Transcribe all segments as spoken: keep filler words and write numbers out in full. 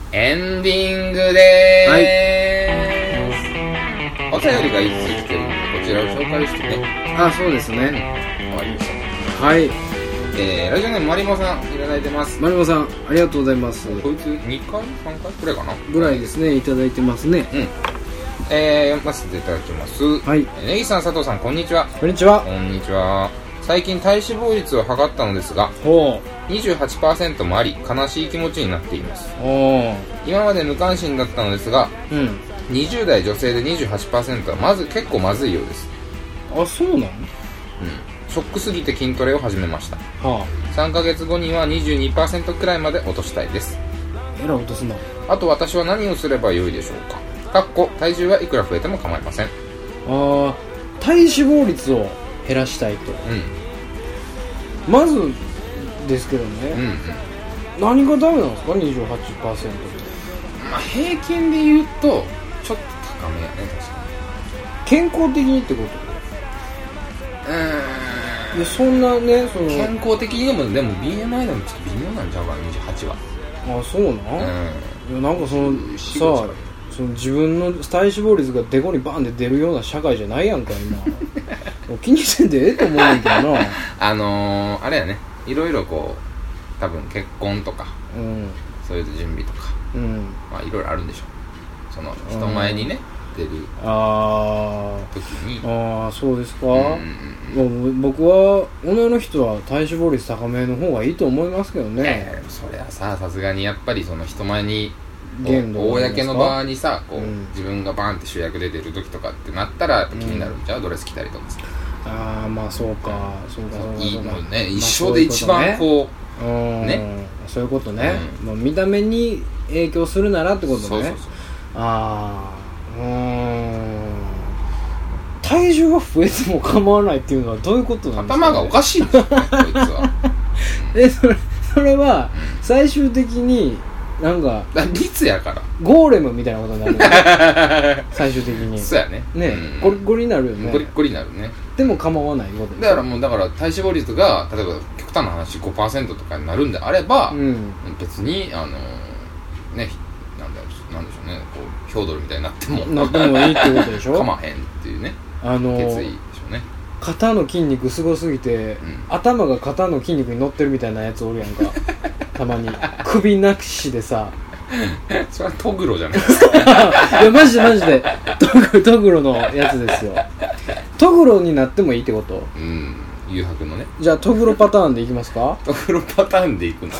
エンディングでーす、はい、お便りがいつ来てるのでこちらを紹介してね。 あ、そうですね、 終わりましたね。 はい、 えー、ラジオネームマリモさんいただいてます。 マリモさんありがとうございます。 こいつにかいさんかいくらいかなぐらいですね、いただいてますね。 うん、えー、読ませていただきます。はい、ネギさん佐藤さんこんにちは。 こんにちは。 こんにちは。最近体脂肪率を測ったのですが にじゅうはちパーセント もあり悲しい気持ちになっています。 お今まで無関心だったのですが、 うん、 にじゅう代女性で にじゅうはちパーセント はまず結構まずいようです。 あ、そうなの？うん、 ショックすぎて筋トレを始めました。 はあ、さんかげつごには にじゅうにパーセント くらいまで落としたいです。 えらい落とすな。あと私は何をすればよいでしょうか。かっこ体重はいくら増えても構いません。 あ、体脂肪率を減らしたいと、うん、まずですけどね、うん、何がダメなんですか にじゅうはちパーセント って。 まあ平均で言うとちょっと高めやね。確かに健康的にってこと。 うーん、 でそんなね、その健康的にでもでも ビーエムアイ でもちょっと微妙なんちゃうかなにじゅうはちは。 あ、そうな、うん、いやなんかそのさあ、その自分の体脂肪率がデコにバーンって出るような社会じゃないやんか今気にせんでええと思うんだけどなあのー、あれやね、いろいろこう多分結婚とか、うん、そういう準備とか、うん、まあいろいろあるんでしょう。その人前にね、うん、出る時に。 ああ、そうですか、うんうん、もう僕は女の人は体脂肪率高めの方がいいと思いますけどね、 えー、そりゃさ、さすがにやっぱりその人前に公の場にさこう、うん、自分がバーンって主役で出る時とかってなったらやっぱ気になるんちゃう、うん、ドレス着たりとかさ。 ああ、まあそうか、そうか、そうか、 いいのね、一生で一番こう、まあ、 ね、ね、そういうことね、うん、まあ、見た目に影響するならってことね。そうそうそう。ああ、うーん、体重が増えても構わないっていうのはどういうことなんですか、ね、 頭がおかしいんですよねこいつはえ、それ、それは最終的になんか率やからゴーレムみたいなことになるよね最終的に。 そうやね。 ね、うん、ゴリゴリになるよね。 ゴリゴリになるね。でも構わないことだからもうだから体脂肪率が例えば極端な話 ごパーセント とかになるんであれば、うん、別にあのね、なんだろう、なんでしょうね、こうヒョードルみたいになってもなってもいいってことでしょ。 かまへんっていうね、あのー、決意でしょうね。 肩の筋肉すごすぎて、うん、頭が肩の筋肉に乗ってるみたいなやつおるやんかたまに首なしでさそれはトグロじゃないですかいやマジでマジでトグトグロのやつですよ。トグロになってもいいってこと。 うん、誘白のね。 じゃあトグロパターンでいきますか。 トグロパターンでいくの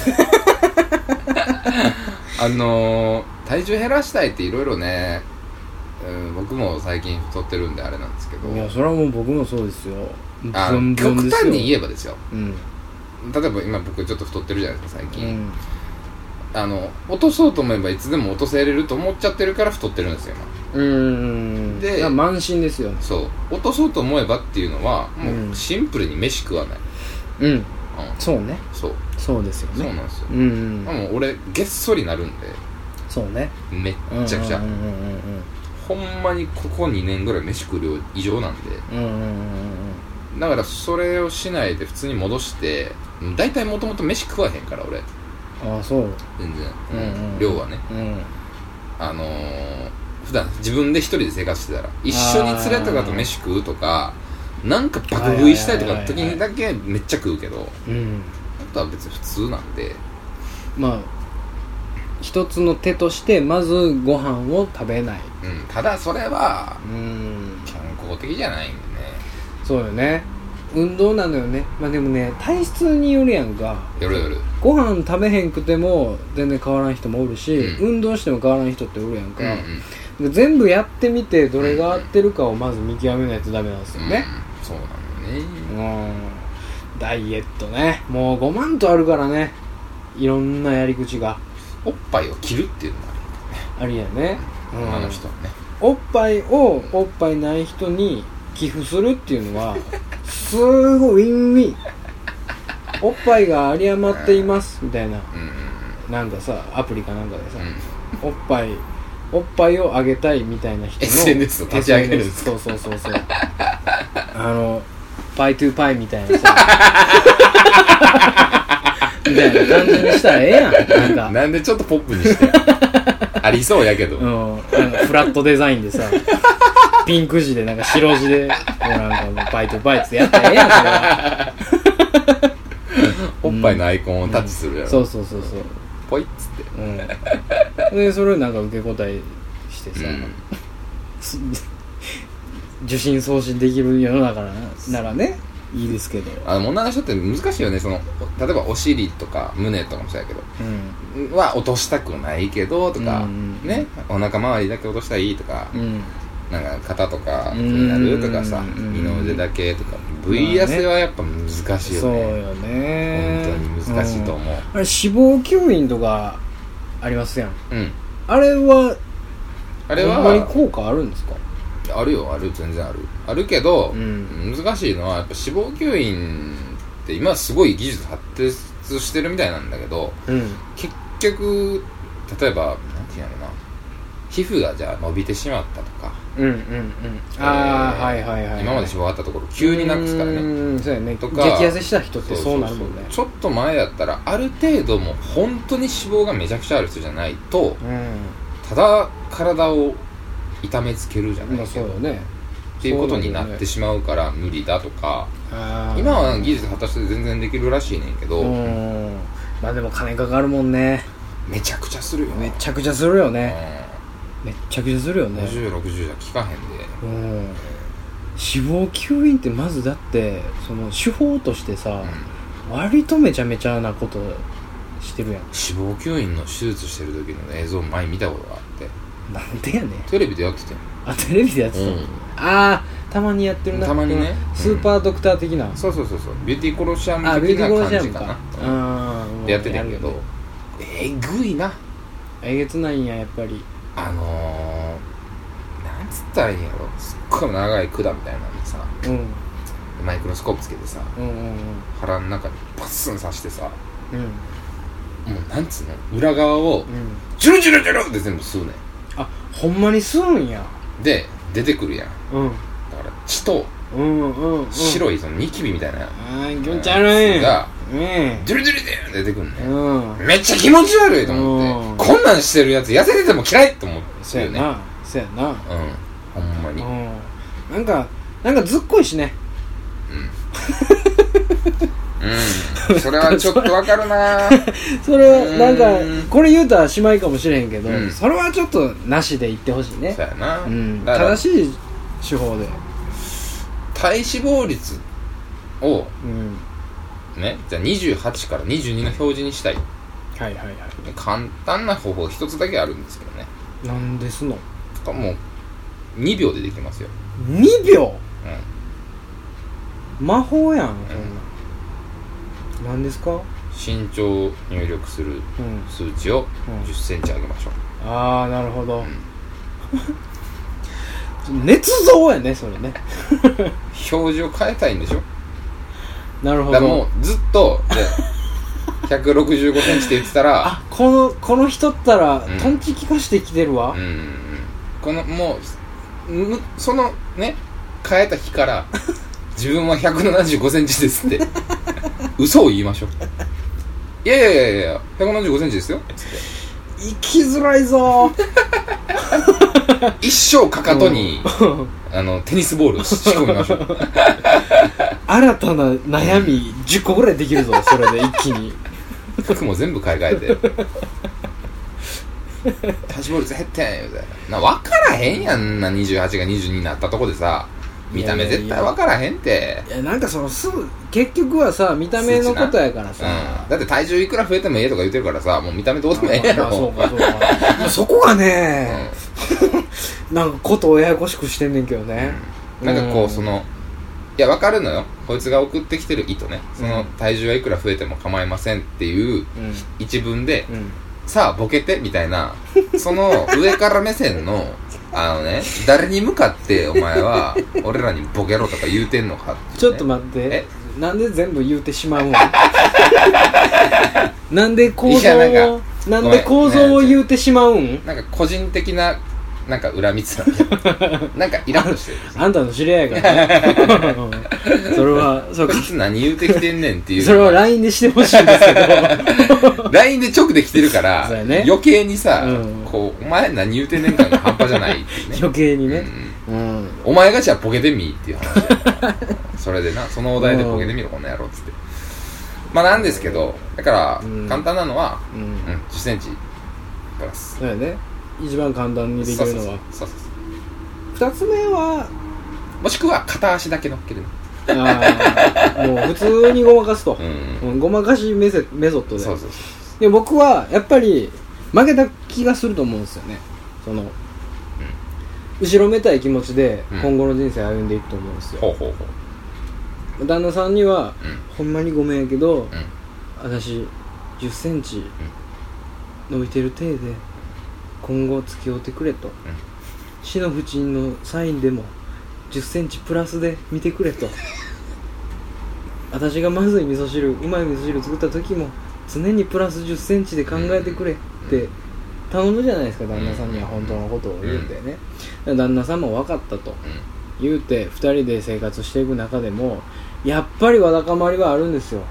あのー、体重減らしたいっていろいろね、うん、僕も最近太ってるんであれなんですけど。 いやそれはもう僕もそうですよ。 あ、ブンブンですよ。極端に言えばですよ、うん、例えば今僕ちょっと太ってるじゃないですか最近、うん、あの落とそうと思えばいつでも落とせれると思っちゃってるから太ってるんですよ今。うーん、で慢心ですよね。 そう、落とそうと思えばっていうのはもうシンプルに飯食わない。 うん、うん、そうね、 そうそうですよね。 そうなんですよ、うんうん、もう俺げっそりなるんで。 そうね、 めっちゃくちゃ、うんうんうんうん、ほんまにここにねんぐらい飯食う量異常なんで、うんうんうんうん、だからそれをしないで普通に戻してだいたいもともと飯食わへんから俺。 ああ、そう。 全然、うんうん、量はね、うん、あのー、普段自分で一人で生活してたら一緒に連れとかと飯食うとかなんか爆食いしたいとかの時にだけめっちゃ食うけど、うん、あとは別に普通なんで。 まあ一つの手としてまずご飯を食べない、 うん、ただそれはうん健康的じゃないんでね。 そうよね、運動なのよね。まあでもね、体質によるやんか。 よるよる。 ご飯食べへんくても全然変わらん人もおるし、うん、運動しても変わらん人っておるやんか、うんうん、で全部やってみてどれが合ってるかをまず見極めないとダメなんですよね、 うん、そうなのね。 うん、ダイエットね、もうごまんとあるからね、いろんなやり口が。 おっぱいを切るっていうのもあるよね。ありやね、 うん、あの人はね、 おっぱいをおっぱいない人に寄付するっていうのはすごいウィンウィン。おっぱいが有り余っていますみたいな、うん、なんかさアプリかなんかでさ、うん、おっぱいおっぱいをあげたいみたいな人のエスエヌエス を立ち上げるんですか。 そうそうそうそうあのパイトゥーパイみたいなさみたいな感じにしたらええやん。なんかなんでちょっとポップにしてありそうやけど、 うん、なんかフラットデザインでさピンク地でなんか白地でもうなんかバイトバイトでやったらええやん。それはおっぱいのアイコンをタッチするやろ、 うん、そうそうそうそうポイッつって、 うん、でそれなんか受け答えしてさ、うん、受信送信できる世の中ならねいいですけど、 あの女の人って難しいよね。その例えばお尻とか胸とかもそうやけど、うん、は落としたくないけどとか、うん、ね、お腹周りだけ落としたらいいとか、うん、なんか肩とか気になるとかさ、二の腕だけとか、部位痩せはやっぱ難しいよね。 そうよね、 本当に難しいと思う、うん、あれ脂肪吸引とかありますやん、 うん、 あれはあれはほんまに効果あるんですか？ あるよ、ある、全然あるあるけど、うん、難しいのはやっぱ脂肪吸引って今すごい技術発達してるみたいなんだけど、うん、結局例えばなんていうのな、皮膚がじゃあ伸びてしまったとか、うんうんうん、えー、ああはいはいはい、はい、今まで脂肪あったところ急になくすからね、 うんそうやね、とか激痩せした人ってそうなるもんね。 そうそうそう、ちょっと前だったらある程度もう本当に脂肪がめちゃくちゃある人じゃないと、うん、ただ体を痛めつけるじゃないですか、まあそうだね、っていうことになってしまうから無理だとか、今は技術果たして全然できるらしいねんけど、うん、 まあでも金かかるもんね。 めちゃくちゃするよ、 めちゃくちゃするよね、うん、めっちゃくちゃするよね。 ごじゅう、ろくじゅうじゃ効かへんで、うん、 脂肪吸引ってまずだってその手法としてさ、うん、割とめちゃめちゃなことしてるやん。 脂肪吸引の手術してる時の映像前見たことがあって、 なんでやねん。 テレビでやってたよ。 あ、テレビでやってたの、うん、ああたまにやってるな。 たまにね、 スーパードクター的な、 うん、そうそうそうそう、ビューティーコロシアム的な感じかな。ああでやってたけど、えぐいな。 えげつないんややっぱり。 あのー、なんつったらいいんやろ、すっごい長い管みたいなのにさ、うん、マイクロスコープつけてさ、うんうんうん、腹の中にパッスン刺してさ、うん、もうなんつうの、裏側をジュルジュルジュルって全部吸うねん。 あ、ほんまに吸うんや。で出てくるやん、うん、だから血と、うんうんうん、白いそのニキビみたいな、あー気持ち悪いが、うん、ジュルジュルで出てくるね、うん、めっちゃ気持ち悪いと思って、うん、こんなんしてるやつ痩せてても嫌いと思ってるよね。 そうやな、そうやな、うん、 ほんまに、うん、 なんかなんかずっこいしね、 うん、うん、それはちょっとわかるなそれはなんかこれ言うたらしまいかもしれへんけど、うん、それはちょっとなしで言ってほしいね。 そうやな、うん、 正しい手法で体脂肪率を、うん、ね、じゃあにじゅうはちからにじゅうにの表示にしたい。はいはいはい。簡単な方法一つだけあるんですけどね。 なんですの？ もうにびょうでできますよ。 にびょう？うん、魔法やん、そんな。うん、何ですか？ 身長を入力する数値をじゅっセンチ上げましょう。 うんうん、ああ、なるほど。うん、捏造やね、それね。 表示を変えたいんでしょ。 なるほど。 だからもうずっとひゃくろくじゅうごセンチって言ってたら、 あ、このこの人ったら、うん、トンチ効かしてきてるわ。うん、 このもうそのね変えた日から自分はひゃくななじゅうごセンチですって嘘を言いましょう。いやいやいやいやひゃくななじゅうごセンチですよつって。 生きづらいぞ一生かかとに、うん、あのテニスボールを仕込みましょう。 新たな悩みじゅっこぐらいできるぞ、それで一気に。 服も全部買い替えて体脂肪率減ってんよな。分からへんやんな。にじゅうはちがにじゅうにになったとこでさ、見た目絶対分からへんって。 いや、なんかそのすぐ結局はさ、見た目のことやからさ、 うん、だって体重いくら増えてもええとか言ってるからさ、もう見た目どうでもええやろ。 そうかそうかそこがね、うん、なんかことをややこしくしてんねんけどね、 うん、なんかこう、うん、そのいや分かるのよ、こいつが送ってきてる意図ね。その体重はいくら増えても構いませんっていう一文で、うん、さあボケてみたいな、その上から目線のあのね、誰に向かってお前は俺らにボケろとか言うてんのかって、ね、 ちょっと待って、なんで全部言うてしまうんなんで構造をなんで構造を言うてしまうん。 なんか個人的ななんか恨みつらみなんかイラッとしてるあんたの知り合いやからねそれはそうこいつ何言うてきてんねんっていうそれは ライン でしてほしいんですけどライン で直できてるから、ね、余計にさ、うん、こうお前何言うてんねん感が半端じゃないっていうね余計にね、 うんうん、お前がじゃあボケてみっていう話やそれでなそのお題でボケてみろこの野郎っつってまあなんですけどだから、うん、簡単なのは、うんうん、じゅっセンチプラスそうやね一番簡単にできるのはそうそうそうふたつめはもしくは片足だけ乗っけるのああもう普通にごまかすと、うんうん、ごまかしメセメソッドでそうそうそうで僕はやっぱり負けた気がすると思うんですよねその、うん、後ろめたい気持ちで今後の人生歩んでいくと思うんですよ、 うん、ほうほうほう旦那さんには、うん、ほんまにごめんやけど、うん、私じゅっセンチ伸びてる体で今後付き合うてくれと、うん、死の不沈のサインでもじゅっセンチプラスで見てくれと私がまずい味噌汁うまい味噌汁作った時も常にプラスじゅっセンチで考えてくれって頼むじゃないですか旦那さんには本当のことを言うてね、うん、旦那さんも分かったと言うてふたりで生活していく中でもやっぱりわだかまりはあるんですよ、うん、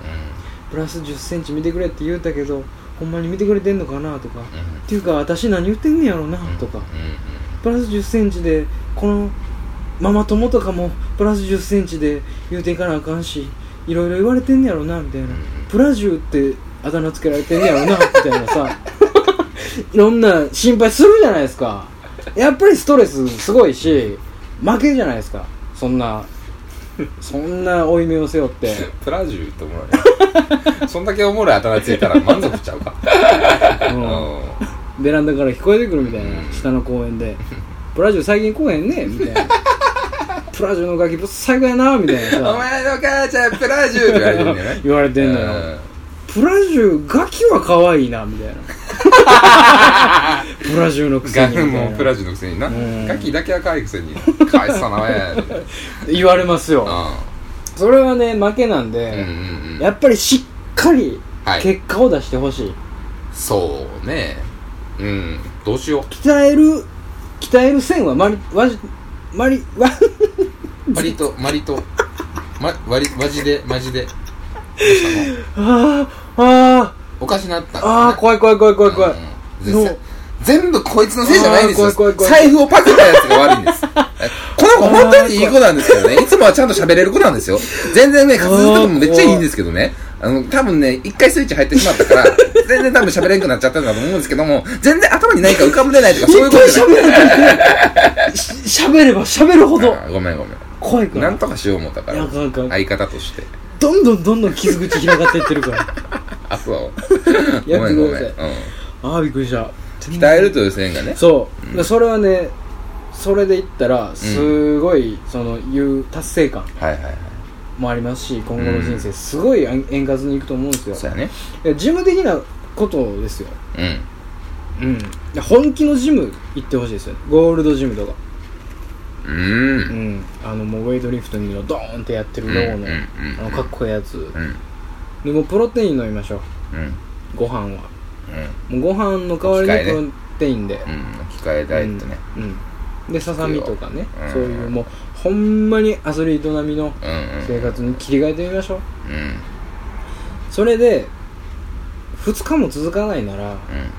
プラスじゅっセンチ見てくれって言うたけどほんまに見てくれてんのかなとか、うん、っていうか私何言ってんねやろなとか、うん、プラスじゅっセンチでこのママ友とかもプラスじゅっセンチで言うていかなあかんしいろいろ言われてんねやろなみたいな、うん、プラジュってあだ名つけられてんねやろなみたいなさいろんな心配するじゃないですかやっぱりストレスすごいし負けじゃないですかそんなそんな負い目を背負ってプラジュっておもろいそんだけおもろいあだ名ついたら満足しちゃうか、 うん、ベランダから聞こえてくるみたいな下の公園でプラジュ最近来へんねみたいなプラジュのガキぶっ最高やなみたいなさお前の母ちゃんプラジュって言われてんだよね言われてんのよプラジュガキは可愛いなみたいなプラジュのくせにみたいなもうプラジュのくせにな、うん、ガキだけは可愛いくせにかわいそうなわや言われますよ、うん、それはね負けなんで、うんうんうん、やっぱりしっかり結果を出してほしい、はい、 そうねうんどうしよう鍛える鍛える線はマリワジマリワマリとマリとま割りマジでマジでどうしたのああああおかしなったんだ、ね、 ああ怖い怖い怖い怖い怖い、 うん、全部こいつのせいじゃないんですよ財布をパクったやつが悪いんですこの子本当にいい子なんですけどねいつもはちゃんと喋れる子なんですよ全然ね滑舌とかもめっちゃいいんですけどねあの多分ね一回スイッチ入ってしまったから全然多分喋れんくなっちゃったんだと思うんですけども全然頭に何か浮かんでないとかそういうことじゃない喋れば喋るほどごめんごめん怖いからなんとかしよう思ったから相方としてどんどんどんどん傷口広がっていってるからあそうやってください、うん、ああびっくりした鍛えるという線がねそう、うん、それはねそれで言ったらすごい、うん、そのいう達成感もありますし、今後の人生すごい円滑にいくと思うんですよ、 そうやね事務的なことですようんうん本気のジム行ってほしいですよゴールドジムとかうん、うん、 あのもうウェイトリフトにドーンってやってるロゴの、うんうんうん、あのかっこいいやつ、うん、でもプロテイン飲みましょう、うん、ご飯は、うん、もうご飯の代わりにプロテインで、ね、 うん、機械ダイエットね、 うんうん、でささみとかね、うん、そういうもうほんまにアスリート並みの生活に切り替えてみましょう、うん、それでふつかも続かないなら、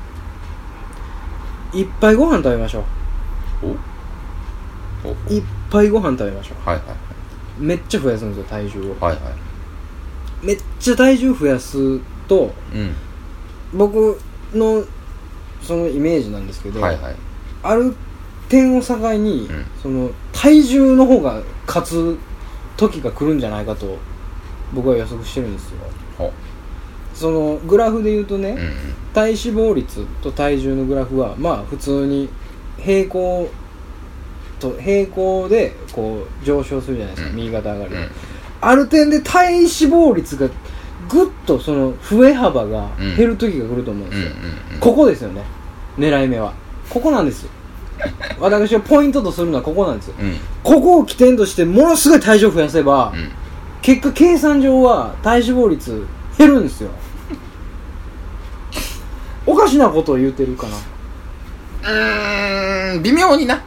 うん、いっぱいご飯食べましょうおおいっぱいご飯食べましょう、はいはいはい、めっちゃ増やすんですよ体重を、はいはい、めっちゃ体重増やすと、うん、僕のそのイメージなんですけど、はいはい、ある点を境に、うん、その体重の方が勝つ時が来るんじゃないかと僕は予測してるんですよ。そのグラフで言うとね、うんうん、体脂肪率と体重のグラフはまあ普通に平行と平行でこう上昇するじゃないですか、うん、右肩上がりで、うん、ある点で体脂肪率がぐっとその増え幅が減る時が来ると思うんですよ、うんうんうん、ここですよね狙い目はここなんですよ私がポイントとするのはここなんですよ、うん、ここを起点としてものすごい体重を増やせば、うん、結果計算上は体脂肪率減るんですよおかしなことを言うてるかなうーん微妙にな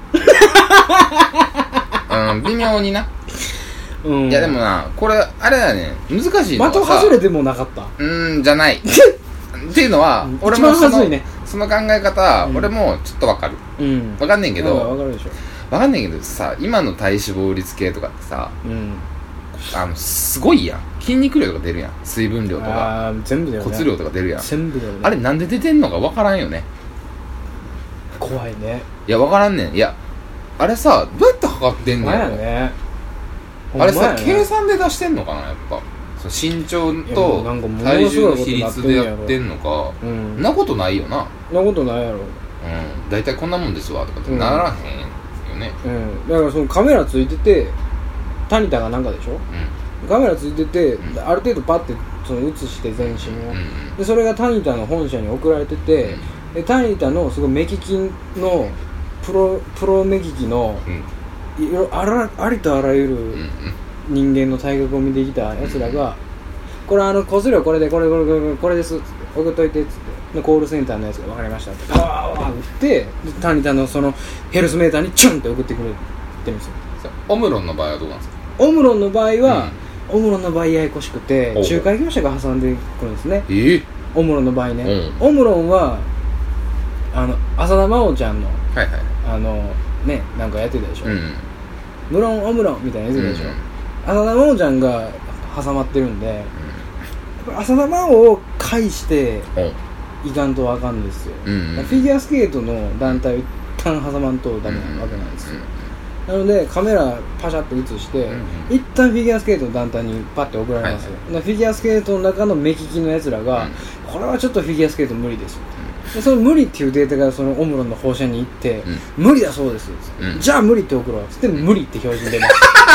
うん微妙にな、うん、いやでもなこれあれだね難しいのはさ的外れでもなかった。 うーんじゃないっていうのは俺もその、ね、その考え方、うん、俺もちょっとわかる、うん、わかんねんけどわかるでしょ。 わかんねんけどさ今の体脂肪率系とかってさ、うん、あのすごいやん筋肉量とか出るやん水分量とかあ全部だよ、ね、 骨量とか出るやん全部だよ、ね、 あれなんで出てんのかわからんよね。 怖いね。 いやわからんねん。いやあれさどうやって測ってんのやろ、ね、あれさ、ね、計算で出してんのかなやっぱその身長と体重の比率でやってんのか、うん、なことないよな。 なことないやろ。 うん大体こんなもんですわとかってならへんよね、 うん、だからそのカメラついててタニタがなんかでしょ、うん、カメラついてて、うん、ある程度パッてその映して全身を、うん、でそれがタニタの本社に送られてて、うん、でタニタのすごい目利きのプロプロ目利きの、うん、いろあらありとあらゆる人間の体格を見てきたやつらが、うん、これあの骨量これでこれこれこれこれです送っといてっつってでコールセンターのやつが分かりましたってわーわー打ってタニタのそのヘルスメーターにチュンって送ってくれてるんですよ。 オムロンの場合はどうなんですか。 オムロンの場合は、うん、オムロンの場合ややこしくて仲介業者が挟んでくるんですね。 えー、 オムロンの場合ね、うん、オムロンはあの浅田真央ちゃんの、 はいはい、 あのねなんかやってたでしょ、うん、ムロンオムロンみたいなやつでしょ、うん、浅田真央ちゃんが挟まってるんで、うん、浅田真央を介していかんとわかんですよ、うんうん、フィギュアスケートの団体を一旦挟まんとダメなわけなんですよ、うんうん、なのでカメラパシャッと映して、うんうん、一旦フィギュアスケートの団体にパッて送られますよ、はいはい、フィギュアスケートの中の目利きのやつらが、うん、これはちょっとフィギュアスケート無理ですよ、うん、でその無理っていうデータがそのオムロンの放射に行って、うん、無理だそうです、うん、じゃあ無理って送ろうっつって無理って表示に出ます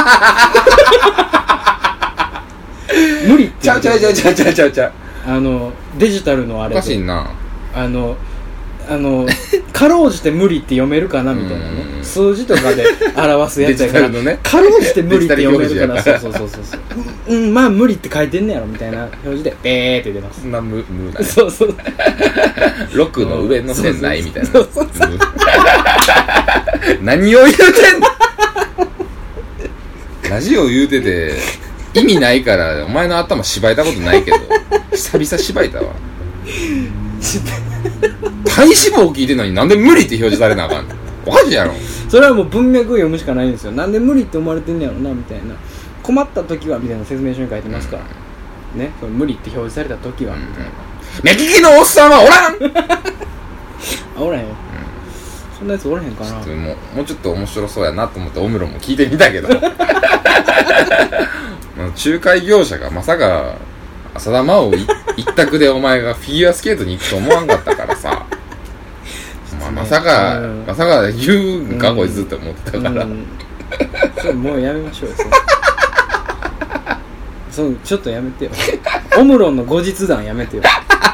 無理ってちゃうちゃうちゃうちゃうちゃうちゃうちゃうあのデジタルのあれでおかしいなあのあのかろうじて無理って読めるかなみたいなね数字とかで表すやつやから、ね、かろうじて無理って読めるからそうそうそうそうそううんまあ無理って書いてんねやろみたいな表示でベーって出ます。 そんな無無だねそうそうろくの上の線ないみたいなそうそうそう何を言うてんのラジオ言うてて意味ないからお前の頭しばいたことないけど久々しばいたわ体脂肪聞いてんのになんで無理って表示されなあかんのおかしいやろ。 それはもう文脈を読むしかないんですよ。なんで無理って思われてんねやろなみたいな困った時はみたいな説明書に書いてますから、うん、ねその無理って表示された時は、うん、みたいな目利きのおっさんはおらんあおらへん、うん、そんなやつおらへんかな。 ちょっともう、もうちょっと面白そうやなと思ってオムロンも聞いてみたけど仲介業者がまさか浅田真央一択でお前がフィギュアスケートに行くと思わんかったからさまあ、まさか、うん、まさか言うんか、うん、こいつって思ってたから、うん、 それもうやめましょうよそそうちょっとやめてよオムロンの後日談やめてよ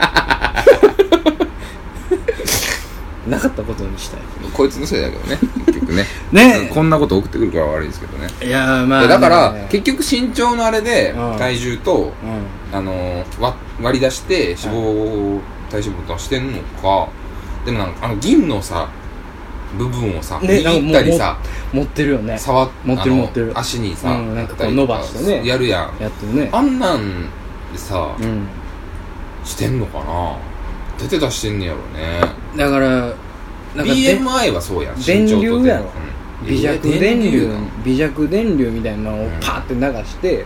なかったことにしたい。 こいつのせいだけどね結局ねねこんなこと送ってくるから悪いですけどね。 いやまあ、ね、 だから結局身長のあれで体重と、うん、あの割り出して脂肪、体脂肪出してんのか。でもなんかあの銀のさ部分をさ、ね、握ったりさ持ってるよね。 触っ持ってる持ってる足にさ、 うん、なんかこう伸ばしてねやるやん。 やってるね。 あんなんでさ、うん、してんのかな。出て出してんねやろね。 だからなんかビーエムアイ はそうやん。 電流やろ、うん、微弱電流微弱電流みたいなのをパーって流して、うん、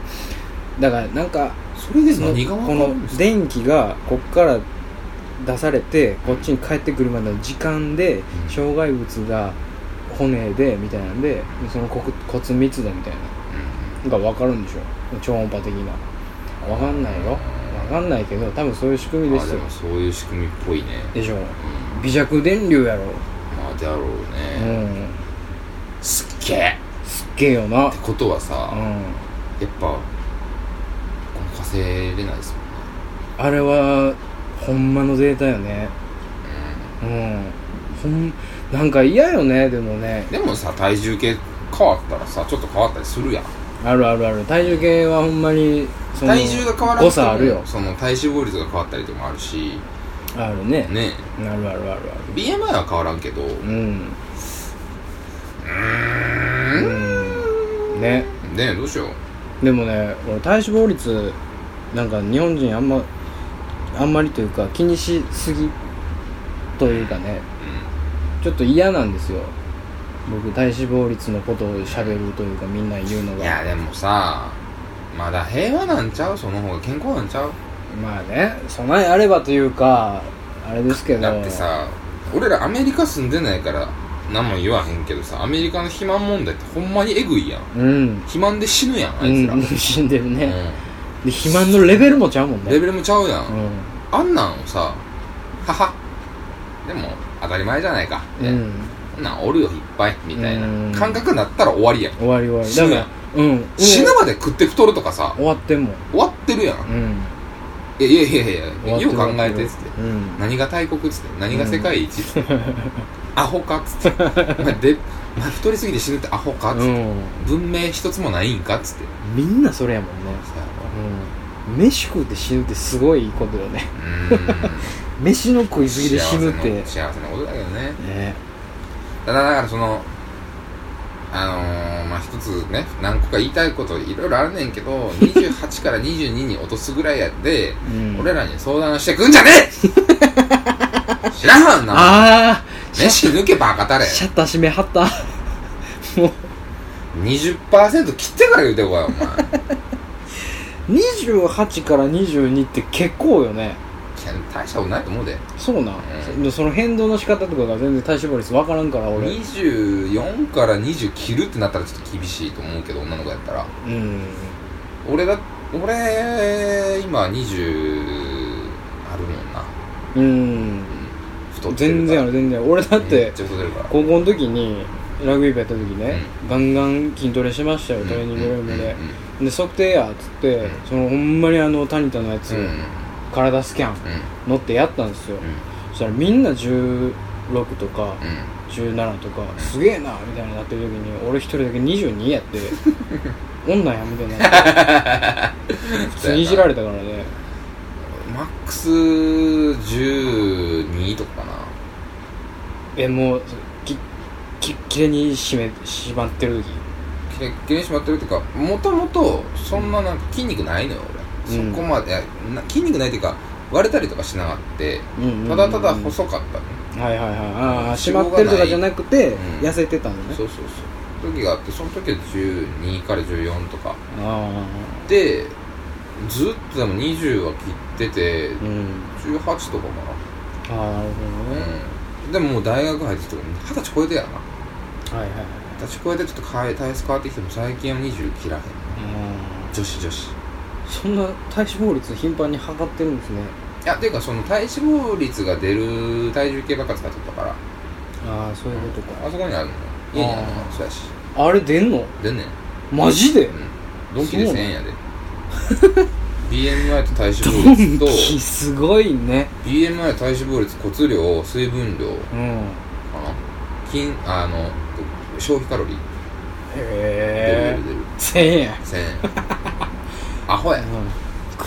だからなんかそれで何が分かるんですか。 この電気がこっから出されてこっちに帰ってくるまでの時間で障害物が骨でみたいなんでその骨密度みたいなのが分かるんでしょ超音波的な。分かんないよ分かんないけど多分そういう仕組みですよ。 あでもそういう仕組みっぽいね。 でしょ、うん、微弱電流やろ。 まあだろうね、うん、すっげえすっげえよな。 ってことはさ、うん、やっぱ稼れないですもんねあれは。ほんまのデータよね。うん、うん、ほんなんか嫌よね。でもねでもさ体重計変わったらさちょっと変わったりするやん。 あるあるある。体重計はほんまにその体重が変わらなくても誤差あるよ。 その体脂肪率が変わったりとかもあるしあるねねあるあるあるあるビーエムアイ は変わらんけどうんうーんねねどうしようでもね俺体脂肪率なんか日本人あんまあんまりというか気にしすぎというかね、うん、ちょっと嫌なんですよ僕体脂肪率のことを喋るというかみんな言うのがいやでもさまだ平和なんちゃうその方が健康なんちゃうまあね備えあればというかあれですけどだってさ俺らアメリカ住んでないから何も言わへんけどさアメリカの肥満問題ってほんまにエグいやん、うん、肥満で死ぬやんあいつら、 うん、死んでるね、うん、で肥満のレベルもちゃうもんねレベルもちゃうやん、 うん、 あんなんをさははでも当たり前じゃないかみたいな、うん、そんなんおるよいっぱいみたいな感覚になったら終わりやん終わり終わり死ぬやん、うん、死ぬまで食って太るとかさ終わってんもん終わってるやん、うんいやいやいやいやよう考えてっつって、うん、何が大国っつって何が世界一っつって、うん、アホかっつってお前で、お前太りすぎて死ぬってアホかっつって、うん、文明一つもないんかっつってみんなそれやもんね、うん、飯食うて死ぬってすごいことよねうん飯の食いすぎで死ぬって幸せなことだけどねねだからだからそのあのー、まあ一つね何個か言いたいこといろいろあるねんけどにじゅうはちからにじゅうにに落とすぐらいやで、うん、俺らに相談してくんじゃねえ知らんわんなああ飯抜けバカたれシャッター閉めはったもう にじゅっパーセント 切ってから言うてこいお前にじゅうはちからにじゅうにって結構よね大したことないと思うでそうなん、うん、その変動の仕方とかが全然体脂肪率分からんから俺にじゅうよんからにじゅう切るってなったらちょっと厳しいと思うけど女の子やったらうん俺だ俺今にじゅうあるもんなうん太ってる全然ある全然俺だって高校の時にラグビー部やった時ね、うん、ガンガン筋トレしましたよトレーニングルームで、うんうんうん、で測定やっつって、うん、そのほんまにあのタニタのやつ、うん体スキャン乗ってやったんですよ、うん、そしたらみんなじゅうろくとか、うん、じゅうななとか、うん、すげえなみたいになってる時に俺一人だけにじゅうにやって女やみたいになって普通にいじられたからねマックスじゅうにとかかなえもうききっきれに締め締まってる時きれっきれに締まってるっていうかもともとそんななんか筋肉ないのよ俺そこまで、うん、筋肉ないっていうか割れたりとかしなかった、うんうんうんうん、ただただ細かったねはいはいはいああ締まってるとかじゃなくて、うん、痩せてたのねそうそうそう時があってその時はじゅうにからじゅうよんとかあでずっとでもにじゅうは切ってて、うん、じゅうはちとかかなああなるほどね、うん、でももう大学入ってとかはたち超えてやなはいはいはいはたち超えてちょっと体質変わってきても最近はにじゅう切らへんな女子女子そんな体脂肪率頻繁に測ってるんですねいやていうかその体脂肪率が出る体重計ばっか使っとったからああそういうことか、 うん、あそこにあるの家にあるのそうやしあれ出んの出んねんマジで、うん、 ドンキでせんえんやでビーエムアイ と体脂肪率とドンキすごいねビーエムアイ 体脂肪率骨量水分量、うん、かな筋あの消費カロリーへえせんえんせんえんアホや、うん、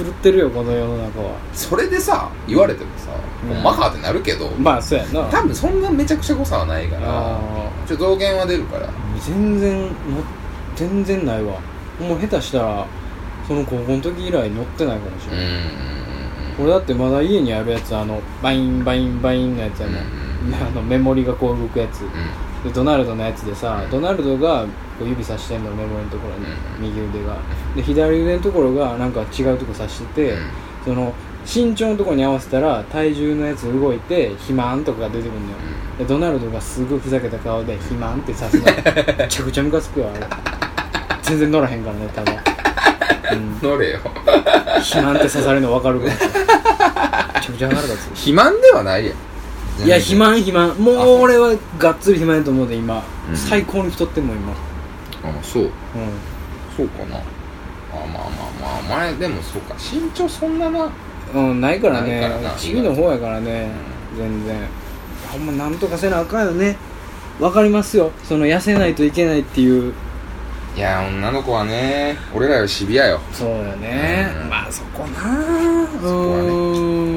狂ってるよこの世の中はそれでさ言われてもさ、うん、ほんまかってなるけどまあそうやな多分そんなめちゃくちゃ誤差はないからちょっと増減は出るから全然の全然ないわもう下手したらその高校の時以来乗ってないかもしれないうん俺だってまだ家にあるやつあのバインバインバインのやつやもんあのメモリがこう動くやつ、うん、でドナルドのやつでさ、うん、ドナルドがこう指さしてんのメモリのところに、うん、右腕がで左腕のところがなんか違うとこ指してて、うん、その身長のところに合わせたら体重のやつ動いて肥満とかが出てくるのよ、うん、でドナルドがすごいふざけた顔で肥満ってさすのめちゃくちゃムカつくよあれ全然乗らへんからねただ、 うん、乗れよ肥満って刺されるの分かるからめちゃくちゃ腹立つ肥満ではないやんいや肥満肥満もう俺はがっつり肥満やと思うで今、うん、最高に太ってんもん今あそう、うん、そうかなあまあまあまあ前でもそうか身長そんななうんないからね次の方やからね、うん、全然ほんまなんとかせなあかんよねわかりますよその痩せないといけないっていういや女の子はね俺らよりシビアよそうよね、うん、まあそこなそこはね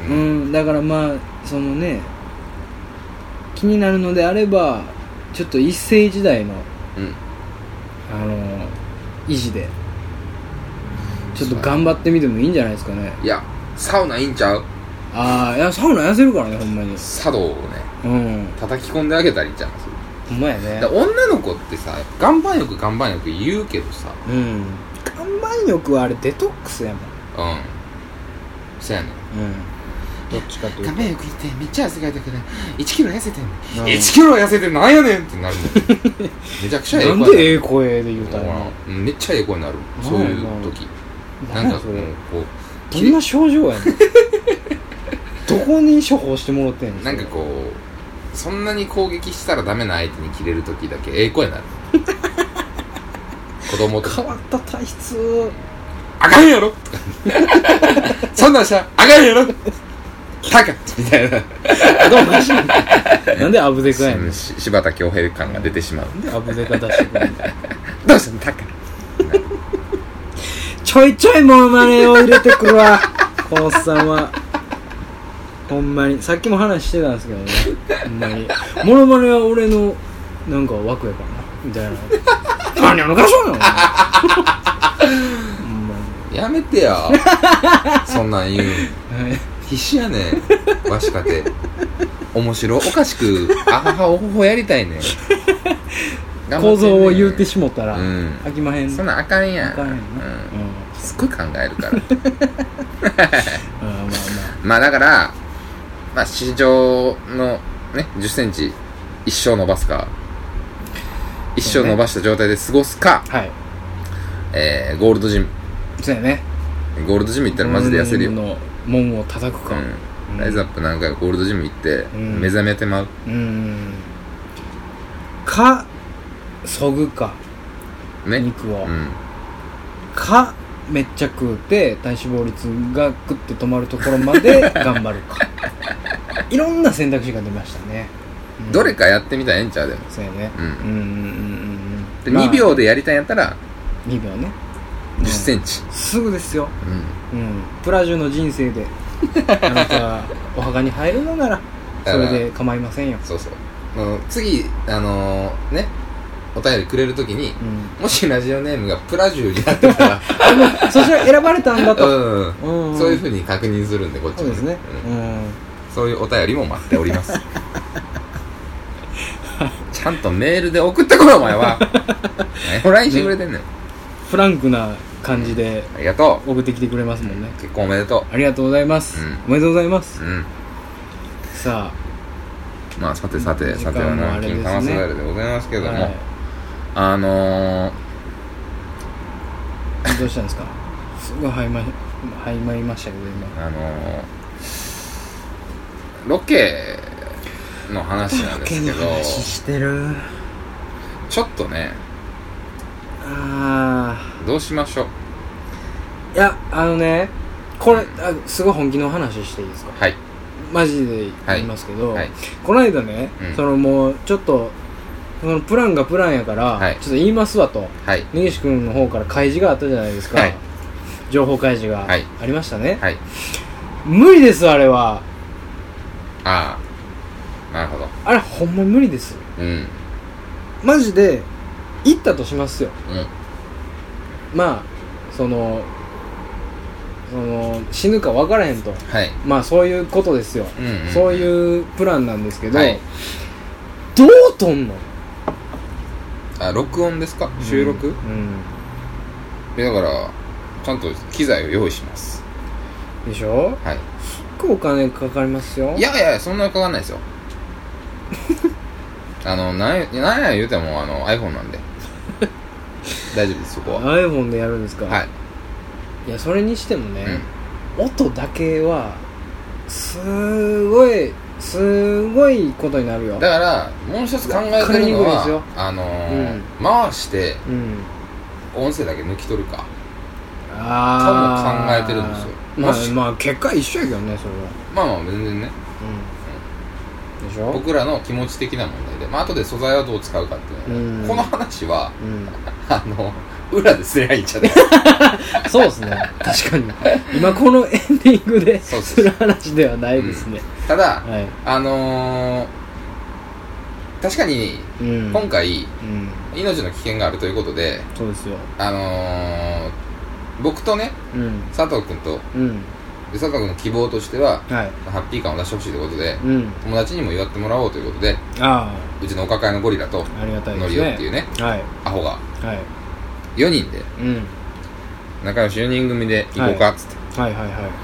うん、うん、だからまあそのね気になるのであればちょっと一世時代の、うん、あの維持でちょっと頑張ってみてもいいんじゃないですかね。 いやサウナいいんちゃう。 ああいやサウナ痩せるからねほんまに。 茶道をね、うん、叩き込んであげたらいいんちゃいます。 ほんまやね。 だ女の子ってさ岩盤浴岩盤浴言うけどさ、 うん、岩盤浴はあれデトックスやもん。うんそうやねん、うん、 どっちかというと岩盤浴行ってめっちゃ汗かいたからいちキロ痩せてんねん、うん、いちキロ痩せてなんやねんってなるもんめちゃくちゃええ声なんでええ声で言うたらめっちゃええ声になるそういう時なんかこうどんな症状やねんどこに処方してもらってんの。 なんかこうそんなに攻撃したらダメな相手に切れる時だけええ声になる子供とか変わった体質あかんやろそんなんしたらあかんやろタカみたいなどうかしいなんでアブデカやねん。 柴田恭平感が出てしまう。 なんでアブデカ出してくるんだどうしたのタカちょいちょいモノマネを入れてくるわこのおっさんはほんまに。さっきも話してたんですけどねほんまにモノマネは俺のなんか枠やからなみたいな何を抜かしようのやめてよそんなん言う必死やねんわしかて面白おかしくあははおほほやりたいねん構造を言うてしもたら、うん、飽きまへん。 そんなんあかんやん。あかんやんな、うんうん、すっごい考えるからまあまあまあまあだからまあ身長のねじゅっセンチ一生伸ばすか一生伸ばした状態で過ごすか、はい、えー、ゴールドジム。 そうやね。 ゴールドジム行ったらマジで痩せるよ。 の門を叩くか、 うん、ライズアップなんかゴールドジム行って目覚めてまう、うん、うんかそぐか、ね、肉を、うん、かめっちゃ食うて体脂肪率がグッて止まるところまで頑張るかいろんな選択肢が出ましたね、 うん、どれかやってみたらええんちゃう。でもそうやね、うん、うんうんうんうん、まあ、にびょうでやりたいんやったらにびょうねじゅっセンチ、 うん、すぐですよ、うんうん、プラジュの人生であなたお墓に入るのならそれで構いませんよ。 そうそう、うん、次あのー、ねお便りくれるときに、うん、もしラジオネームがプラジュになってたらそちら選ばれたんだと、 うんうん、そういう風に確認するんでこっちも、ね、そうですね、うんうん、そういうお便りも待っておりますちゃんとメールで送ってこいお前は何を ライン してくれてんねん、ね、 フランクな感じで、 うん、ありがとう送ってきてくれますもんね。 結婚おめでとう。ありがとうございます、うん、おめでとうございます、うん、さあまあさてさてさてはな金玉すだれでございますけども、はい、あのー、どうしたんですか。すごいはいまはいまいましたけど今あのー、ロケの話なんですけど、ロケの話してる。 ちょっとね、 あーどうしましょう。 いやあのねこれあすごい本気の話していいですか。 はい、 マジで言いますけど、 はいはい、 この間ね、うん、そのもうちょっとそのプランがプランやから、はい、ちょっと言いますわと、はい、根岸君の方から開示があったじゃないですか、はい、情報開示がありましたね、はい、無理ですあれは。 ああなるほど。 あれほんま無理です、うん、マジで行ったとしますよ、うん、まあそのその死ぬか分からへんと、はい、まあそういうことですよ、うんうんうん、そういうプランなんですけど、はい、どう撮んの。 あ録音ですか、収録、うんうん、だからちゃんと機材を用意しますでしょ。はい、すっごいお金かかりますよ。 いやいやそんなにかかんないですよあのなんやなんや言うてもあの iPhone なんで大丈夫ですそこは。 iPhone でやるんですか。はい。いやそれにしてもね、うん、音だけはすごいすごいことになるよ。 だからもう一つ考えてるのはあのーうん、回して、うん、音声だけ抜き取るかあ多分考えてるんですよ。 まあまあ結果一緒やけどねそれは。 まあまあ全然ね、 でしょ。 僕らの気持ち的な問題で、まあ後で素材はどう使うかっていうのは、うん、この話は、うん、あの裏ですりゃいいんじゃないですか。 そうですね、確かに今このエンディングでする話ではないですね、 うん、ただ、はい、あのー、確かに、うん、今回、うん、命の危険があるということで、 そうですよ、 あのー、僕とね、うん、佐藤君と、うんで佐藤君の希望としては、はい、ハッピー感を出してほしいということで、うん、友達にも祝ってもらおうということで、あうちのお抱えのゴリラとノリオっていうね、はい、アホが、はい、よにんで、うん、仲良しよにん組で行こうかっつって、はいはいはいはい、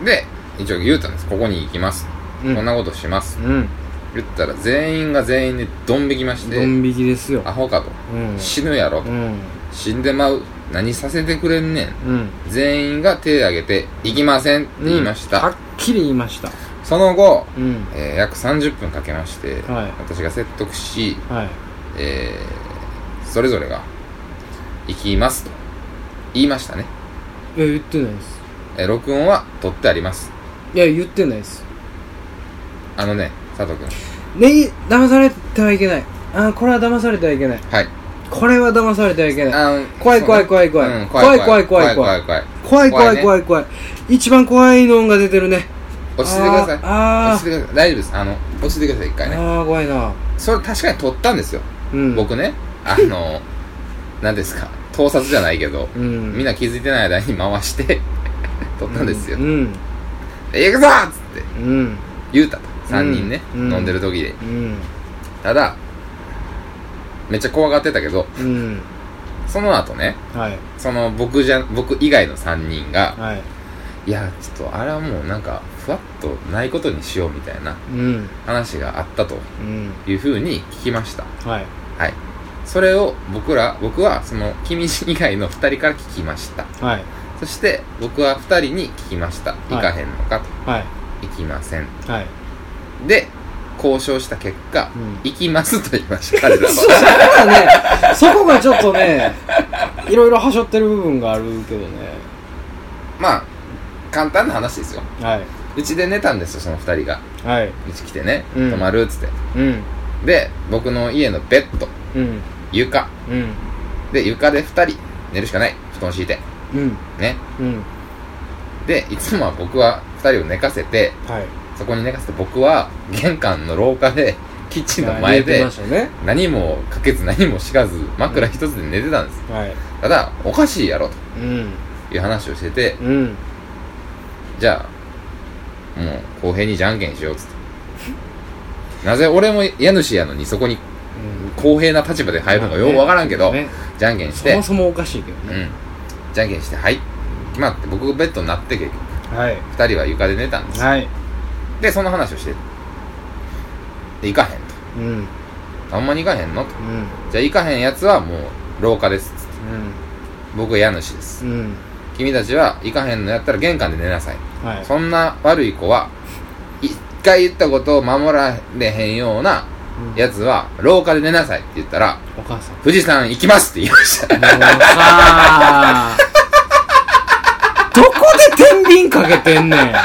で一応言うたんです。ここに行きます、うん、こんなことします、うん、言ったら全員が全員でドン引きまして、 ドン引きですよ。 アホかと、うん、死ぬやろと、うん、死んでまう、何させてくれんねん、うん、全員が手を挙げて行きませんって言いました、うん、 はっきり言いました。 その後、うんえー、約さんじゅっぷんかけまして、はい、私が説得し、はいえー、それぞれが行きますと言いましたね。 いや言ってないです。 えー、録音は取ってあります。 いや言ってないです。 あのね佐藤君ね騙されてはいけない。あこれは騙されてはいけない。はいこれは騙されてはいけない。怖い怖い怖い怖い、うん、怖い怖い怖い怖い怖い怖い怖い怖い怖い怖い一番怖いのが出てるね。 落ち着いてください。あ落ち着いてください。大丈夫です。あの落ち着いてください一回ね。 ああ怖いな。 それ確かに撮ったんですよ、うん、僕ねあの何ですか盗撮じゃないけど、うん、みんな気づいてない間に回して撮ったんですよ、うんうん、で行くぞっつって、うん、言うたとさんにんね、うん、飲んでる時で、うん、ただめっちゃ怖がってたけど、うん、その後ね、はい、その僕じゃ僕以外のさんにんが、はい、いやちょっとあれはもうなんかふわっとないことにしようみたいな話があったというふうに聞きました、うん、はい、はい、それを僕ら僕はその君以外のふたりから聞きました、はい、そして僕はふたりに聞きました、はい、行かへんのかと、はい、行きません、はい、で交渉した結果、うん、行きますと言いました彼らはそこがねそこがちょっとねいろいろはしょってる部分があるけどね。 まあ簡単な話ですよ、はい、うちで寝たんですよそのふたりが、はい、うち来てね、うん、泊まるっつって、うん、で僕の家のベッド、うん、床、うん、で床でふたり寝るしかない布団敷いて、うん、ね、うん、でいつもは僕はふたりを寝かせて、はい、そこに寝かせて僕は玄関の廊下でキッチンの前で何もかけず何も敷かず枕一つで寝てたんです、うんはい、ただおかしいやろという話をしてて、うん、じゃあもう公平にじゃんけんしようっつってなぜ俺も家主やのにそこに公平な立場で入るのかよくわからんけど、ねね、じゃんけんしてそもそもおかしいけどね、うん、 じゃんけんしてはい決まって僕ベッドになって結局、はい、ふたりは床で寝たんです、はい、でその話をしてで行かへんと、うん、あんまに行かへんのと、うん、じゃあ行かへんやつはもう廊下ですっつって、うん、僕は家主です、うん、君たちは行かへんのやったら玄関で寝なさい、はい、そんな悪い子は一回言ったことを守られへんようなやつは廊下で寝なさいって言ったら、お母さん富士山行きますって言いましたもうさどこで天秤かけてんねん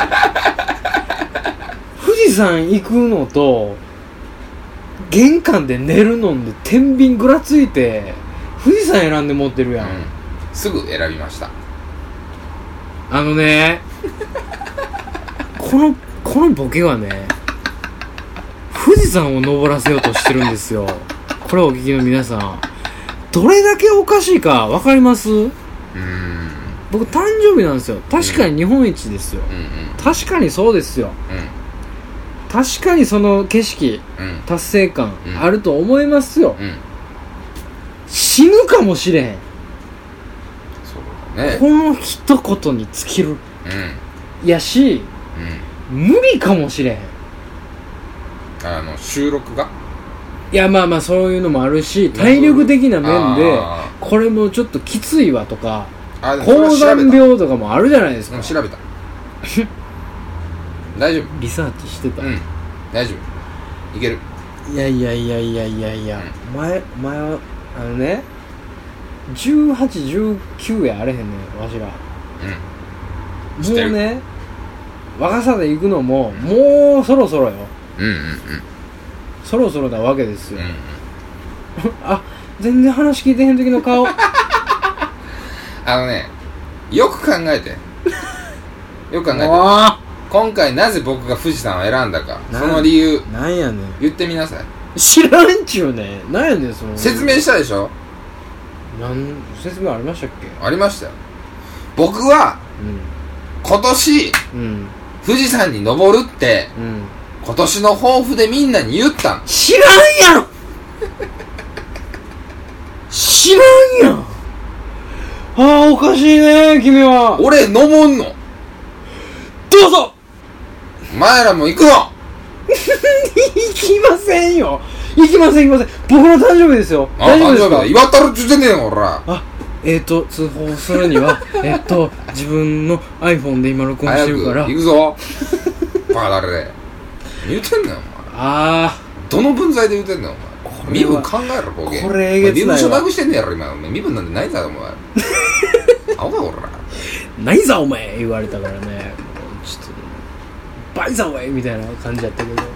富士山行くのと玄関で寝るので天秤ぐらついて富士山選んで持ってるやん、うん、 すぐ選びました。 あのねこのこのボケはね富士山を登らせようとしてるんですよ。これをお聞きの皆さんどれだけおかしいか分かります？うーん僕誕生日なんですよ。確かに日本一ですよ、うんうんうん、確かにそうですよ、うん、確かにその景色、うん、達成感あると思いますよ、うん、死ぬかもしれへん。そうだね、この一言に尽きる、うん、やし、うん、無理かもしれへん。 あの収録がいやまあまあそういうのもあるし体力的な面でこれもちょっときついわとか高山病とかもあるじゃないですか。 うん、調べた大丈夫リサーチしてた、 うん、大丈夫いける。 いやいやいやいやいやいや、うん、前前はあのねじゅうはち、じゅうきゅうやあれへんねんわしら、うん、もうね若さで行くのももうそろそろよ。うんうんうんそろそろなわけですよ、 うん、 あ、全然話聞いてへん時の顔あのね、よく考えてよく考えて今回なぜ僕が富士山を選んだか、その理由なんやねん、 言ってみなさい。 知らんちゅうねん。なんやねんその説明したでしょ。 なん説明ありましたっけ。 ありましたよ。僕は、うん、今年、うん、富士山に登るって、うん、今年の抱負でみんなに言ったん。 知らんやん知らんやん。ああ、おかしいね君は。 俺登んの。 どうぞ。 お前らも行くの行きませんよ。行きません行きません。僕の誕生日ですよ。 大丈夫ですか。祝ったるって言ってんねんほら。 あ、えーと通報するにはえっと自分の iPhone で今録音してるから早く行くぞバカだれ言うてんねんお前。ああ、どの分際で言うてんねんお前。身分考えろボケ。これえげつないわ。身分証なくしてんねんやろ今。身分なんてないんだよお前アホかほら。 ないざお前言われたからね、ちょっとバイザーウェイみたいな感じだったけど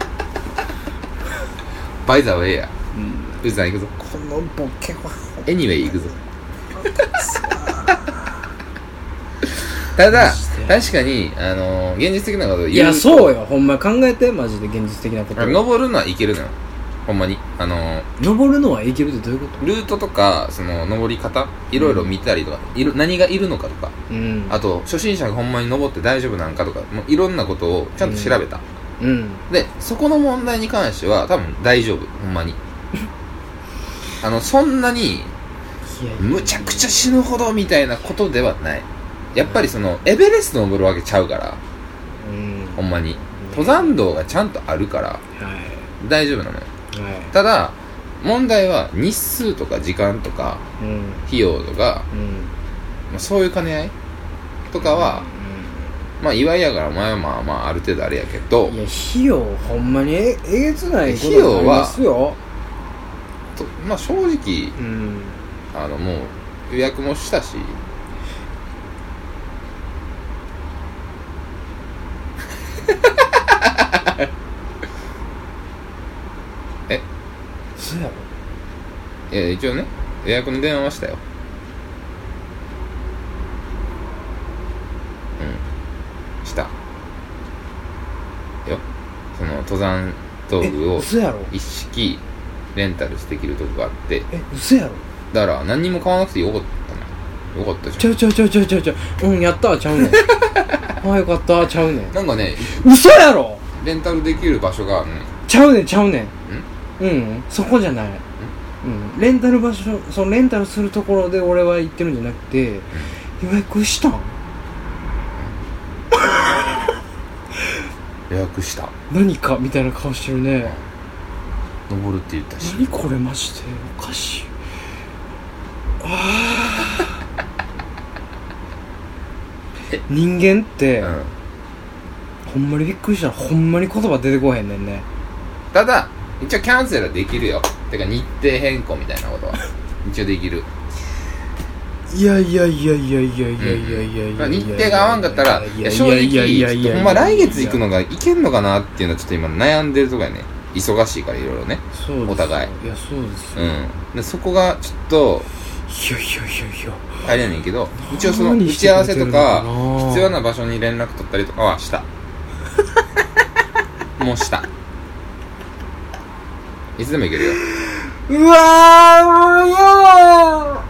バイザーウェイや。富士山行くぞ。 このボケはエニウェイ行くぞただ確かに、あのー、現実的なことを言うと。 いやそうよ、ほんま考えてマジで現実的なこと。 登るのはいけるのよほんまに。あのー、 登るのはいけるってどういうこと。 ルートとかその登り方いろいろ見たりとか、うん、いろ何がいるのかとか、うん、あと初心者がほんまに登って大丈夫なんかとか、もういろんなことをちゃんと調べた、うんうん、でそこの問題に関しては多分大丈夫ほんまにあのそんなにむちゃくちゃ死ぬほどみたいなことではない。やっぱりそのエベレスト登るわけちゃうから、うん、ほんまに登山道がちゃんとあるから、はい、大丈夫なのよ、はい、ただ問題は日数とか時間とか、うん、費用とか、うんまあ、そういう兼ね合いとかは、うん、まあ祝いやからお前はまあまあある程度あれやけど、 いや費用ほんまにええげつないことになりますよ。 とまあ正直、うん、あのもう予約もしたしえそうやろ。 いや一応ね予約の電話はしたよ。うんしたよ。その登山道具を一式レンタルできるとこがあって。 え嘘やろ。 だから何にも買わなくてよかったな。よかったじゃん。 ちゃうちゃうちゃうちゃうちゃうちゃう。うんやったーちゃうねんあよかったーちゃうねん。 なんかね嘘やろ。 レンタルできる場所があるね。 ちゃうねんちゃうねん。うん、うん、そこじゃない。うん、レンタル場所、そのレンタルするところで俺は行ってるんじゃなくて、うん、予約したん予約した。 何かみたいな顔してるね。 登るって言ったし。 何これマジでおかしい。あ人間って、うん、ほんまにびっくりした。ほんまに言葉出てこへんねんね。 ただ一応キャンセルはできるよ。てか日程変更みたいなことは一応できる。 いやいやいやいやいやいやいやいやいや、 日程が合わんかったら正直ほんま来月行くのがいけんのかなっていうのはちょっと今悩んでるとこやね。忙しいからいろいろね。お互い。 いやそうですよ。うん。でそこがちょっといやいやいやいやあれやねんけど、一応その打ち合わせとか必要な場所に連絡取ったりとかはしたもうしたいつでも行けるよ。 うわーもう嫌だ。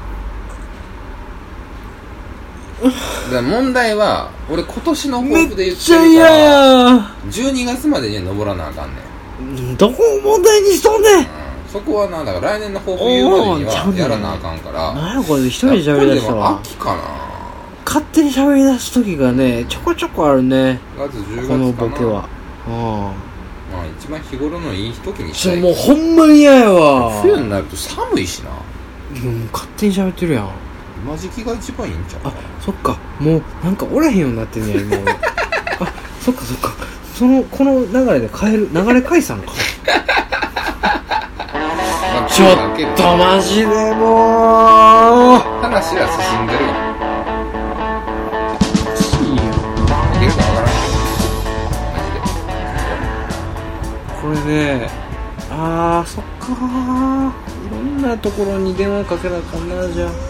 だから問題は俺今年の抱負で言ってるからじゅうにがつまでには登らなあかんねん。どこを問題にしとんねん、うん、 そこはな。だから来年の抱負言うまでにはやらなあかんから。 なんやこれ一人で喋り出したわ。 秋かな。 勝手に喋り出す時がねちょこちょこあるね。 ごがつじゅうがつかこな。 のボケは。 うんまあ一番日頃のいい時にしたい。 もうほんまに嫌やわ。 冬になると寒いしな。 もう勝手に喋ってるやん。 今時期が一番いいんちゃうか。 あそっかもうなんかおらへんようになってんねや今俺あそっかそっかそのこの流れで変える流れ解散かちょっとマジでもう話は進んでるよ。 いいよいけるかわからんけどマジでこれねああーそっかー、いろんなところに電話かけなあかんな。じゃあ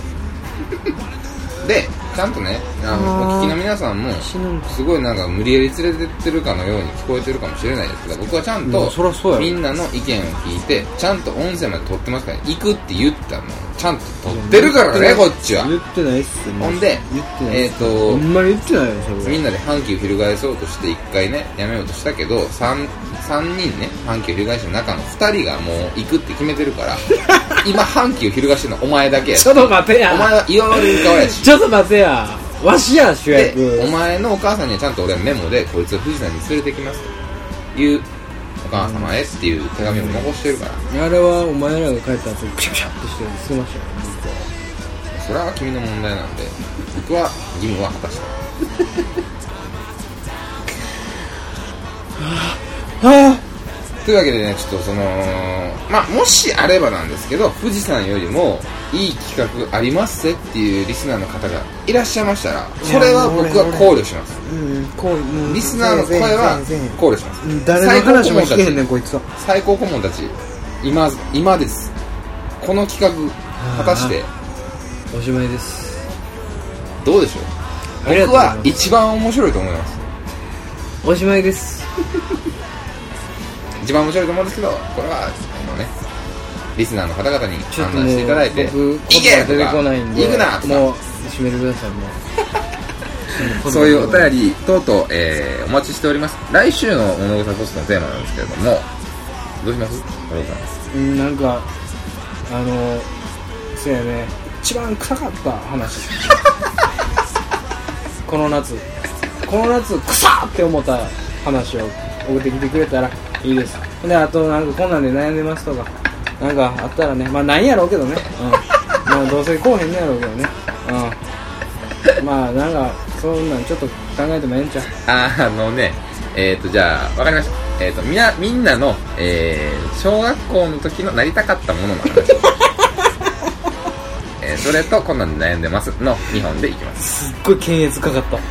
でちゃんとね、あのお聞きの皆さんもすごいなんか無理やり連れてってるかのように聞こえてるかもしれないですけど、僕はちゃんとみんなの意見を聞いてちゃんと音声まで撮ってますから、ね、行くって言ったのちゃんと撮ってるからね、こっちは。 言ってないっすね。 ほんで言ってないえっ、ー、とほんまに言ってないよそれ。みんなで阪急翻そうとしていっかいねやめようとしたけど 3, 3人ね阪急翻した中のふたりがもう行くって決めてるから今阪急翻してるのお前だけや。 ちょっと待てや。 お前は岩割り側やし。 ちょっと待てや。わしや主役。 お前のお母さんにはちゃんと俺はメモでこいつを富士山に連れてきますというお母様へっていう手紙を残してるから、 あれはお前らが帰った後クシャクシャってして捨てましたよ僕は。 それは君の問題なんで僕は義務は果たしたはぁというわけでね、ちょっとそのまあもしあればなんですけど、富士山よりもいい企画ありますぜっていうリスナーの方がいらっしゃいましたら、それは僕は考慮します。 うん、こう、うん、 リスナーの声は考慮します。 うん、誰の話も聞けへんねんこいつは。 最高顧問たち今今です。この企画果たしておしまいです。 どうでしょう。僕は一番面白いと思います。 おしまいです一番面白いと思うんですけど、これはあのねリスナーの方々に判断していただいて、 僕行けと出てこないんでか行くなとか、 もう閉めてください。もうそういうお便り等々、えー、お待ちしております。来週の物草ポストのテーマなんですけれども、どうします？ うん、なんかあのそうやね、一番臭かった話この夏この夏臭っって思った話を送ってきてくれたらいいです。で、あとなんかこんなんで悩んでますとかなんかあったらね、まあないやろうけどね、うん、まあどうせこうへんねやろうけどね、うん、まあなんかそんなんちょっと考えてもええんちゃう。 ああのね、えっ、ー、とじゃあわかりました。えっ、ー、とみんなみんなの、えー、小学校の時のなりたかったものの話えー、それとこんなんで悩んでますのにほんでいきます。 すっごい検閲かかった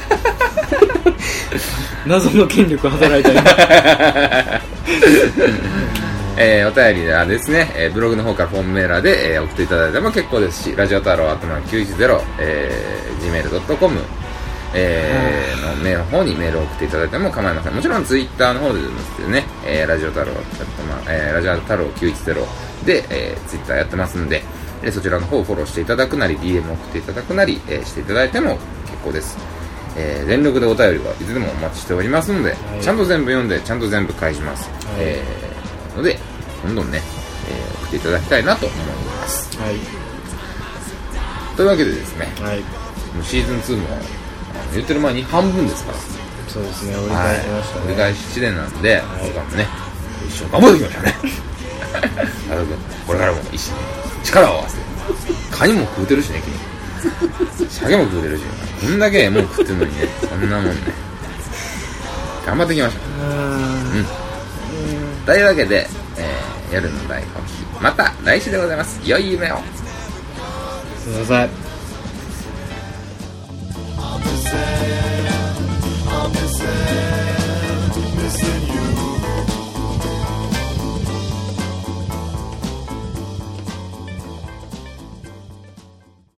謎の権力働いたりえー、お便りはですね、えー、ブログの方からフォームメーラーで、えー、送っていただいても結構ですし、ラジオ太郎アットマークきゅういちゼロ、えー、ジーメールドットコム、えー、のメールの方にメールを送っていただいても構いません。もちろんツイッターの方でですね、えー、ラジオ太郎、えー、ラジオ太郎きゅういちゼロで、えー、ツイッターやってますんで、えー、そちらの方をフォローしていただくなり ディーエム 送っていただくなり、えー、していただいても結構です。えー、全力でお便りはいつでもお待ちしておりますので、はい、ちゃんと全部読んでちゃんと全部返します、はい、えー、のでどんどんね、えー、送っていただきたいなと思います、はい、というわけでですね、はい、もうシーズンツーも言ってる前に半分ですから。 そうですね、折り返しましたね、はい、 折り返しいちねんなんで、はい、僕はもうね一生頑張っていきましょうねこれからも一緒に力を合わせてカニも食うてるしね、君鮭も食うてるし、こんだけもう食ってるのにね、そんなもんね頑張っていきましょう。うん。というわけで、えー、夜の大コーヒーまた来週でございます。良い夢を。 ください。